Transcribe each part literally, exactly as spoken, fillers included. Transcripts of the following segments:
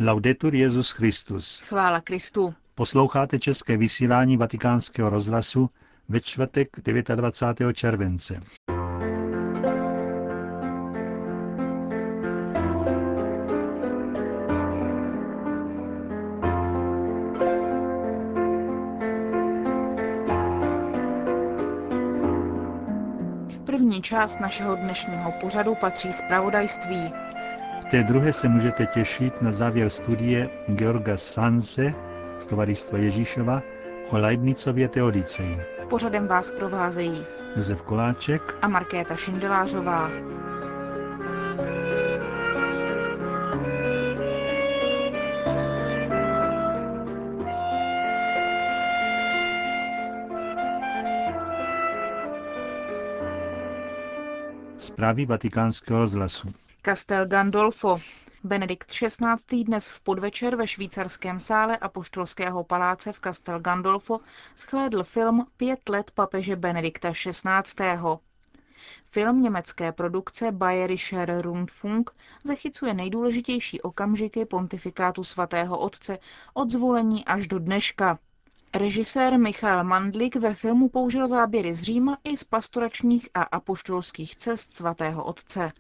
Laudetur Jesus Christus. Chvála Kristu. Posloucháte české vysílání Vatikánského rozhlasu ve čtvrtek dvacátého devátého července. První část našeho dnešního pořadu patří zpravodajství. V té druhé se můžete těšit na závěr studie Georga Sanse z Tovaristva Ježíšova o Leibnicově teodicei. Pořadem vás provázejí Josef Koláček a Markéta Šindelářová. Zprávy Vatikánského rozhlasu. Castel Gandolfo. Benedikt šestnáctý. dnes v podvečer ve švýcarském sále Apoštolského paláce v Castel Gandolfo shlédl film Pět let papeže Benedikta šestnáctého. Film německé produkce Bayerischer Rundfunk zachycuje nejdůležitější okamžiky pontifikátu svatého otce od zvolení až do dneška. Režisér Michael Mandlik ve filmu použil záběry z Říma i z pastoračních a apoštolských cest svatého otce.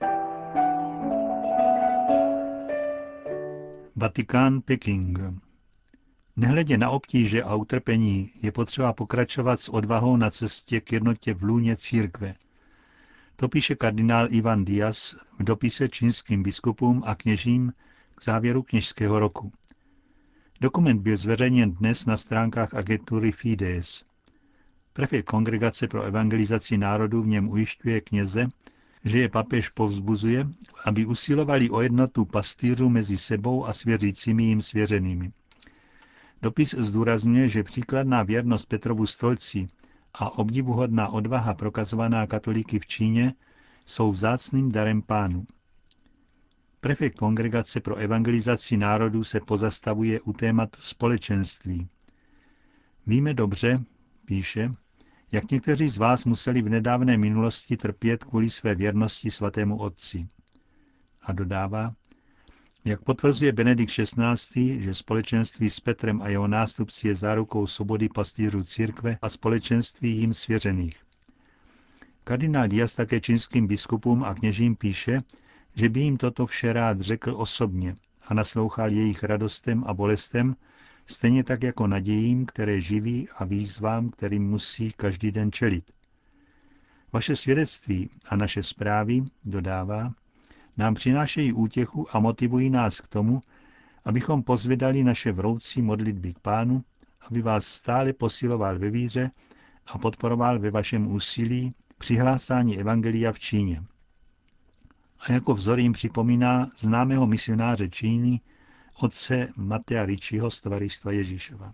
Vatikán, Peking. Nehledě na obtíže a utrpení je potřeba pokračovat s odvahou na cestě k jednotě v lůně církve. To píše kardinál Ivan Díaz v dopise čínským biskupům a kněžím k závěru kněžského roku. Dokument byl zveřejněn dnes na stránkách agentury Fides. Prefekt Kongregace pro evangelizaci národů v něm ujišťuje kněze, že je papež povzbuzuje, aby usilovali o jednotu pastýřů mezi sebou a svěřícími jim svěřenými. Dopis zdůrazňuje, že příkladná věrnost Petrovu stolci a obdivuhodná odvaha prokazovaná katolíky v Číně jsou vzácným darem Pánu. Prefekt Kongregace pro evangelizaci národů se pozastavuje u tématu společenství. Víme dobře, píše, jak někteří z vás museli v nedávné minulosti trpět kvůli své věrnosti svatému otci. A dodává, jak potvrzuje Benedikt šestnáctý. že společenství s Petrem a jeho nástupci je zárukou svobody pastýřů církve a společenství jim svěřených. Kardinál Díaz také čínským biskupům a kněžím píše, že by jim toto vše rád řekl osobně a naslouchal jejich radostem a bolestem, stejně tak jako nadějím, které živí a výzvám, kterým musí každý den čelit. Vaše svědectví a naše zprávy, dodává, nám přinášejí útěchu a motivují nás k tomu, abychom pozvedali naše vroucí modlitby k Pánu, aby vás stále posiloval ve víře a podporoval ve vašem úsilí při hlásání evangelia v Číně. A jako vzor jim připomíná známého misionáře Číny, otce Matea Ricciho z Tovaristva Ježíšova.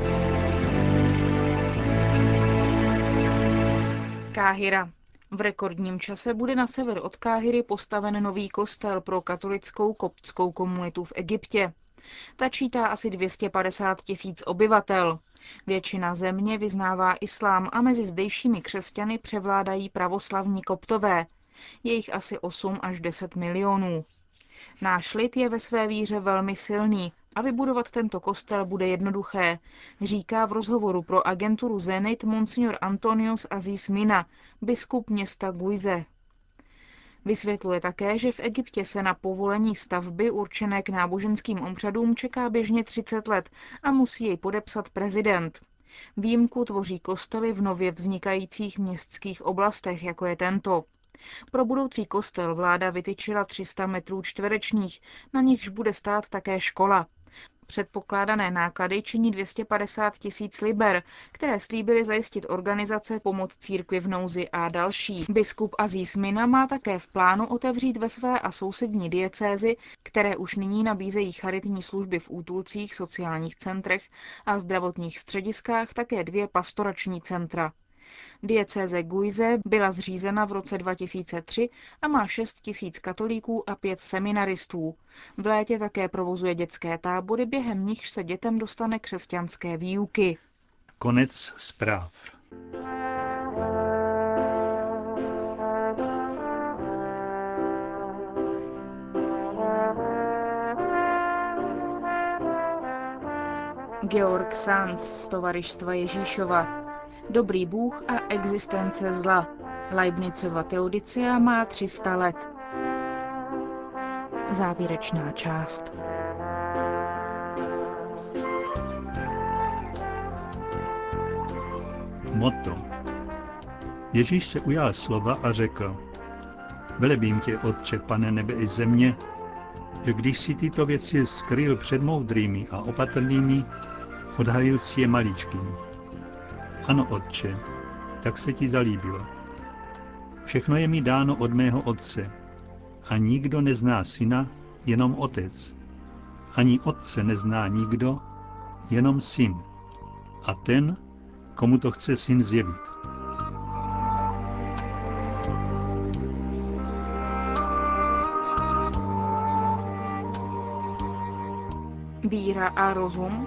Káhira. V rekordním čase bude na sever od Káhiry postaven nový kostel pro katolickou koptskou komunitu v Egyptě. Ta čítá asi dvě stě padesát tisíc obyvatel. Většina země vyznává islám a mezi zdejšími křesťany převládají pravoslavní koptové. Je jich asi osm až deset milionů. Náš lid je ve své víře velmi silný a vybudovat tento kostel bude jednoduché, říká v rozhovoru pro agenturu Zenit monsignor Antonios Aziz Mina, biskup města Guize. Vysvětluje také, že v Egyptě se na povolení stavby určené k náboženským obřadům čeká běžně třicet let a musí jej podepsat prezident. Výjimku tvoří kostely v nově vznikajících městských oblastech, jako je tento. Pro budoucí kostel vláda vytyčila tři sta metrů čtverečních, na nichž bude stát také škola. Předpokládané náklady činí dvě stě padesát tisíc liber, které slíbily zajistit organizace Pomoc církvi v nouzi a další. Biskup Aziz Mina má také v plánu otevřít ve své a sousední diecézi, které už nyní nabízejí charitní služby v útulcích, sociálních centrech a zdravotních střediskách, také dvě pastorační centra. Diecéze Guize byla zřízena v roce dva tisíce tři a má šest tisíc katolíků a pět seminaristů. V létě také provozuje dětské tábory, během nichž se dětem dostane křesťanské výuky. Konec zpráv. Georg Sanz z Tovarištva Ježíšova. Dobrý Bůh a existence zla. Leibnizova teodicea má tři sta let. Závěrečná část. Motto. Ježíš se ujal slova a řekl: Velebím tě, Otče, Pane nebe i země, že když si tyto věci skryl před moudrými a opatrnými, odhalil si je maličkým. Ano, Otče, tak se ti zalíbilo. Všechno je mi dáno od mého Otce a nikdo nezná Syna, jenom Otec. Ani Otce nezná nikdo, jenom Syn. A ten, komu to chce Syn zjevit. Víra a rozum.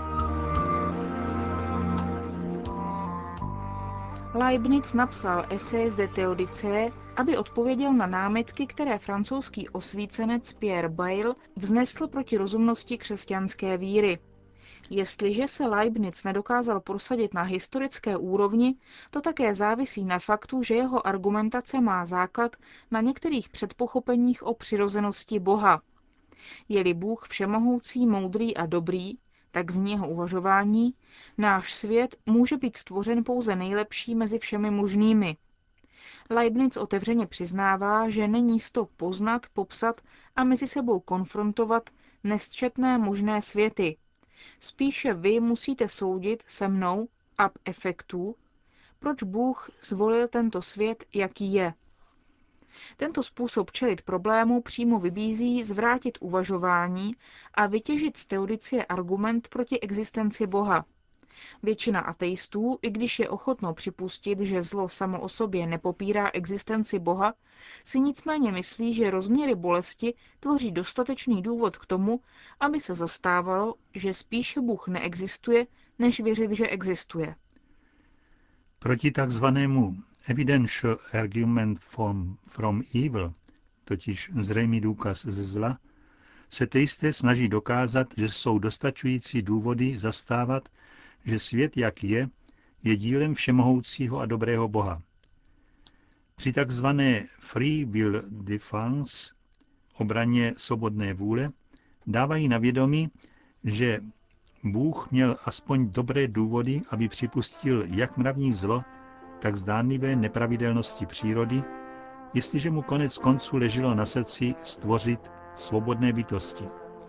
Leibniz napsal Essays de Theodicee, aby odpověděl na námitky, které francouzský osvícenec Pierre Bayle vznesl proti rozumnosti křesťanské víry. Jestliže se Leibniz nedokázal prosadit na historické úrovni, to také závisí na faktu, že jeho argumentace má základ na některých předpochopeních o přirozenosti Boha. Je-li Bůh všemohoucí, moudrý a dobrý, tak z jeho uvažování náš svět může být stvořen pouze nejlepší mezi všemi možnými. Leibniz otevřeně přiznává, že není sto poznat, popsat a mezi sebou konfrontovat nesčetné možné světy. Spíše vy musíte soudit se mnou ab effectu, proč Bůh zvolil tento svět, jaký je. Tento způsob čelit problému přímo vybízí zvrátit uvažování a vytěžit z teodicie argument proti existenci Boha. Většina ateistů, i když je ochotno připustit, že zlo samo o sobě nepopírá existenci Boha, si nicméně myslí, že rozměry bolesti tvoří dostatečný důvod k tomu, aby se zastávalo, že spíše Bůh neexistuje, než věřit, že existuje. Proti takzvanému evidential argument from, from evil, totiž zřejmý důkaz ze zla, se teisté snaží dokázat, že jsou dostačující důvody zastávat, že svět, jak je, je dílem všemohoucího a dobrého Boha. Při takzvané free will defense, obraně svobodné vůle, dávají na vědomí, že Bůh měl aspoň dobré důvody, aby připustil jak mravní zlo, tak zdánlivé nepravidelnosti přírody, jestliže mu konec konců leželo na srdci stvořit svobodné bytosti.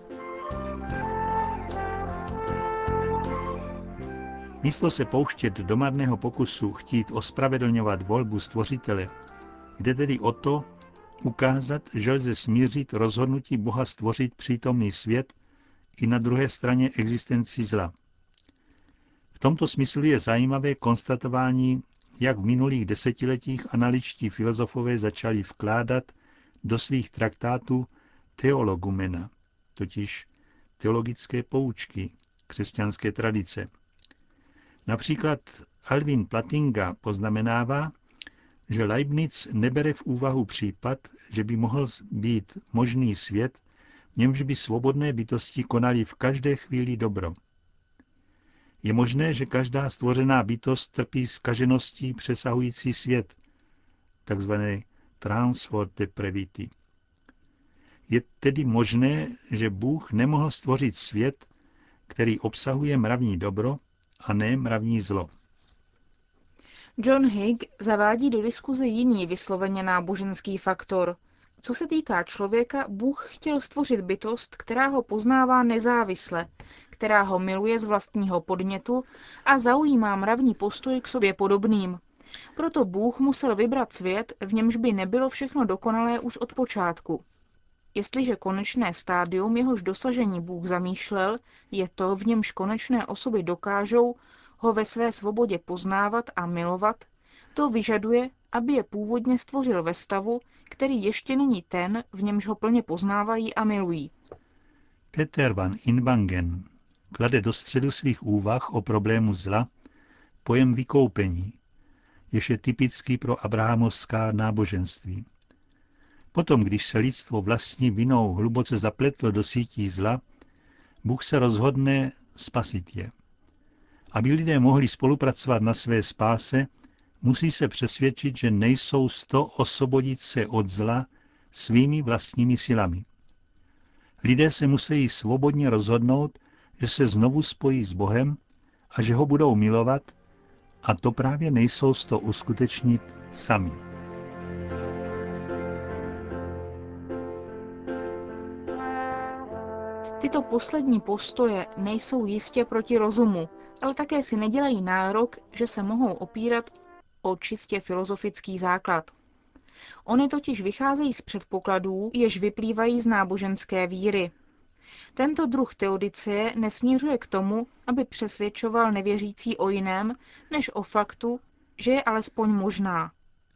Místo se pouštět do marného pokusu chtít ospravedlňovat volbu stvořitele, jde tedy o to ukázat, že lze smířit rozhodnutí Boha stvořit přítomný svět i na druhé straně existenci zla. V tomto smyslu je zajímavé konstatování, jak v minulých desetiletích analytičtí filozofové začali vkládat do svých traktátů teologumena, totiž teologické poučky křesťanské tradice. Například Alvin Plantinga poznamenává, že Leibniz nebere v úvahu případ, že by mohl být možný svět, v němž by svobodné bytosti konaly v každé chvíli dobro. Je možné, že každá stvořená bytost trpí zkažeností přesahující svět, takzvané transfer depravity. Je tedy možné, že Bůh nemohl stvořit svět, který obsahuje mravní dobro a ne mravní zlo. John Higg zavádí do diskuze jiný vysloveně náboženský faktor. Co se týká člověka, Bůh chtěl stvořit bytost, která ho poznává nezávisle, která ho miluje z vlastního podnětu a zaujímá mravní postoj k sobě podobným. Proto Bůh musel vybrat svět, v němž by nebylo všechno dokonalé už od počátku. Jestliže konečné stádium, jehož dosažení Bůh zamýšlel, je to, v němž konečné osoby dokážou ho ve své svobodě poznávat a milovat, to vyžaduje, aby je původně stvořil ve stavu, který ještě není ten, v němž ho plně poznávají a milují. Peter van Inwangen klade do středu svých úvah o problému zla pojem vykoupení, jež je typický pro abrahamovská náboženství. Potom, když se lidstvo vlastní vinou hluboce zapletlo do sítí zla, Bůh se rozhodne spasit je. Aby lidé mohli spolupracovat na své spáse, musí se přesvědčit, že nejsou z to osvobodit se od zla svými vlastními silami. Lidé se musí svobodně rozhodnout, že se znovu spojí s Bohem a že ho budou milovat, a to právě nejsou z to uskutečnit sami. Tyto poslední postoje nejsou jistě proti rozumu, ale také si nedělají nárok, že se mohou opírat o čistě filozofický základ. Ony totiž vycházejí z předpokladů, jež vyplývají z náboženské víry. Tento druh teodicie nesměřuje k tomu, aby přesvědčoval nevěřící o jiném, než o faktu, že je alespoň možná.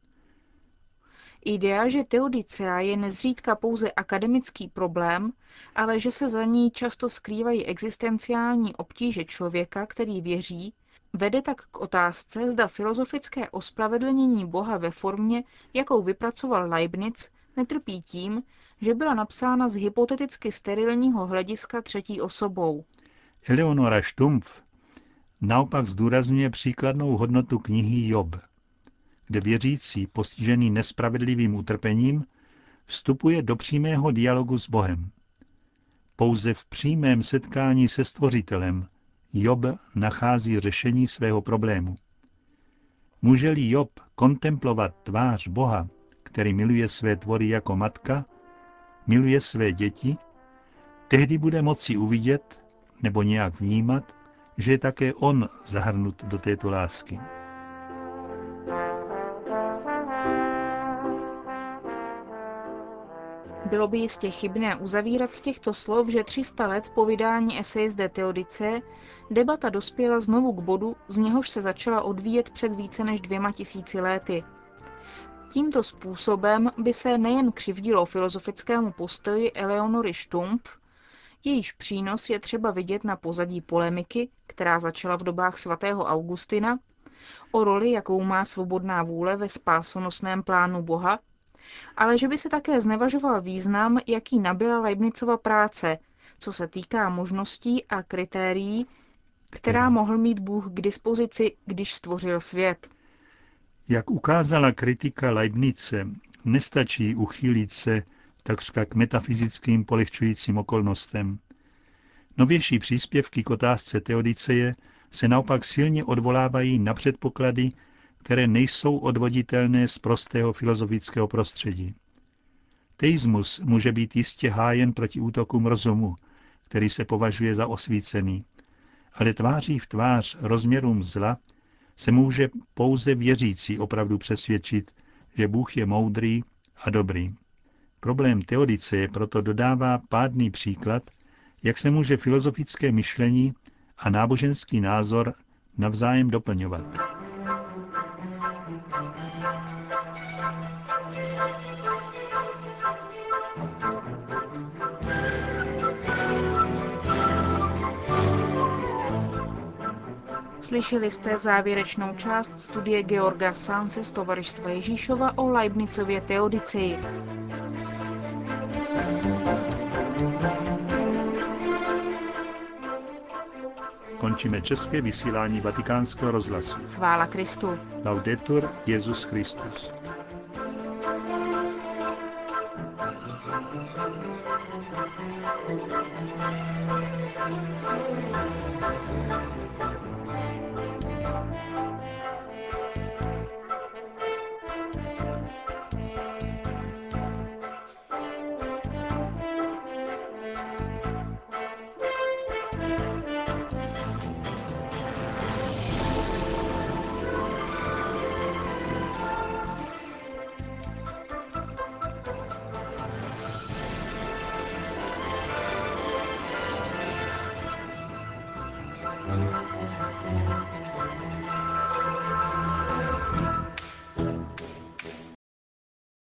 Idea, že teodicea je nezřídka pouze akademický problém, ale že se za ní často skrývají existenciální obtíže člověka, který věří, vede tak k otázce, zda filozofické ospravedlnění Boha ve formě, jakou vypracoval Leibniz, netrpí tím, že byla napsána z hypoteticky sterilního hlediska třetí osobou. Eleonora Stumpf naopak zdůrazňuje příkladnou hodnotu knihy Job, kde věřící, postižený nespravedlivým utrpením, vstupuje do přímého dialogu s Bohem. Pouze v přímém setkání se Stvořitelem Job nachází řešení svého problému. Může-li Job kontemplovat tvář Boha, který miluje své tvory jako matka, miluje své děti, tehdy bude moci uvidět nebo nějak vnímat, že je také on zahrnut do této lásky. Bylo by jistě chybné uzavírat z těchto slov, že tři sta let po vydání Essays de Theodice debata dospěla znovu k bodu, z něhož se začala odvíjet před více než dvěma tisíci léty. Tímto způsobem by se nejen křivdilo filozofickému postoji Eleonory Stumpf, jejíž přínos je třeba vidět na pozadí polemiky, která začala v dobách svatého Augustina, o roli, jakou má svobodná vůle ve spásonosném plánu Boha, ale že by se také znevažoval význam, jaký nabyla Leibnizova práce, co se týká možností a kritérií, která mohl mít Bůh k dispozici, když stvořil svět. Jak ukázala kritika Leibnize, nestačí uchýlit se takřka k metafyzickým polehčujícím okolnostem. Novější příspěvky k otázce teodiceje se naopak silně odvolávají na předpoklady, které nejsou odvoditelné z prostého filozofického prostředí. Teismus může být jistě hájen proti útokům rozumu, který se považuje za osvícený, ale tváří v tvář rozměrům zla se může pouze věřící opravdu přesvědčit, že Bůh je moudrý a dobrý. Problém teodiceje proto dodává pádný příklad, jak se může filozofické myšlení a náboženský názor navzájem doplňovat. Slyšeli jste závěrečnou část studie Georga Sánse z Tovaristva Ježíšova o Leibnizově teodicei. Končíme české vysílání Vatikánského rozhlasu. Chvála Kristu. Laudetur Jesus Christus.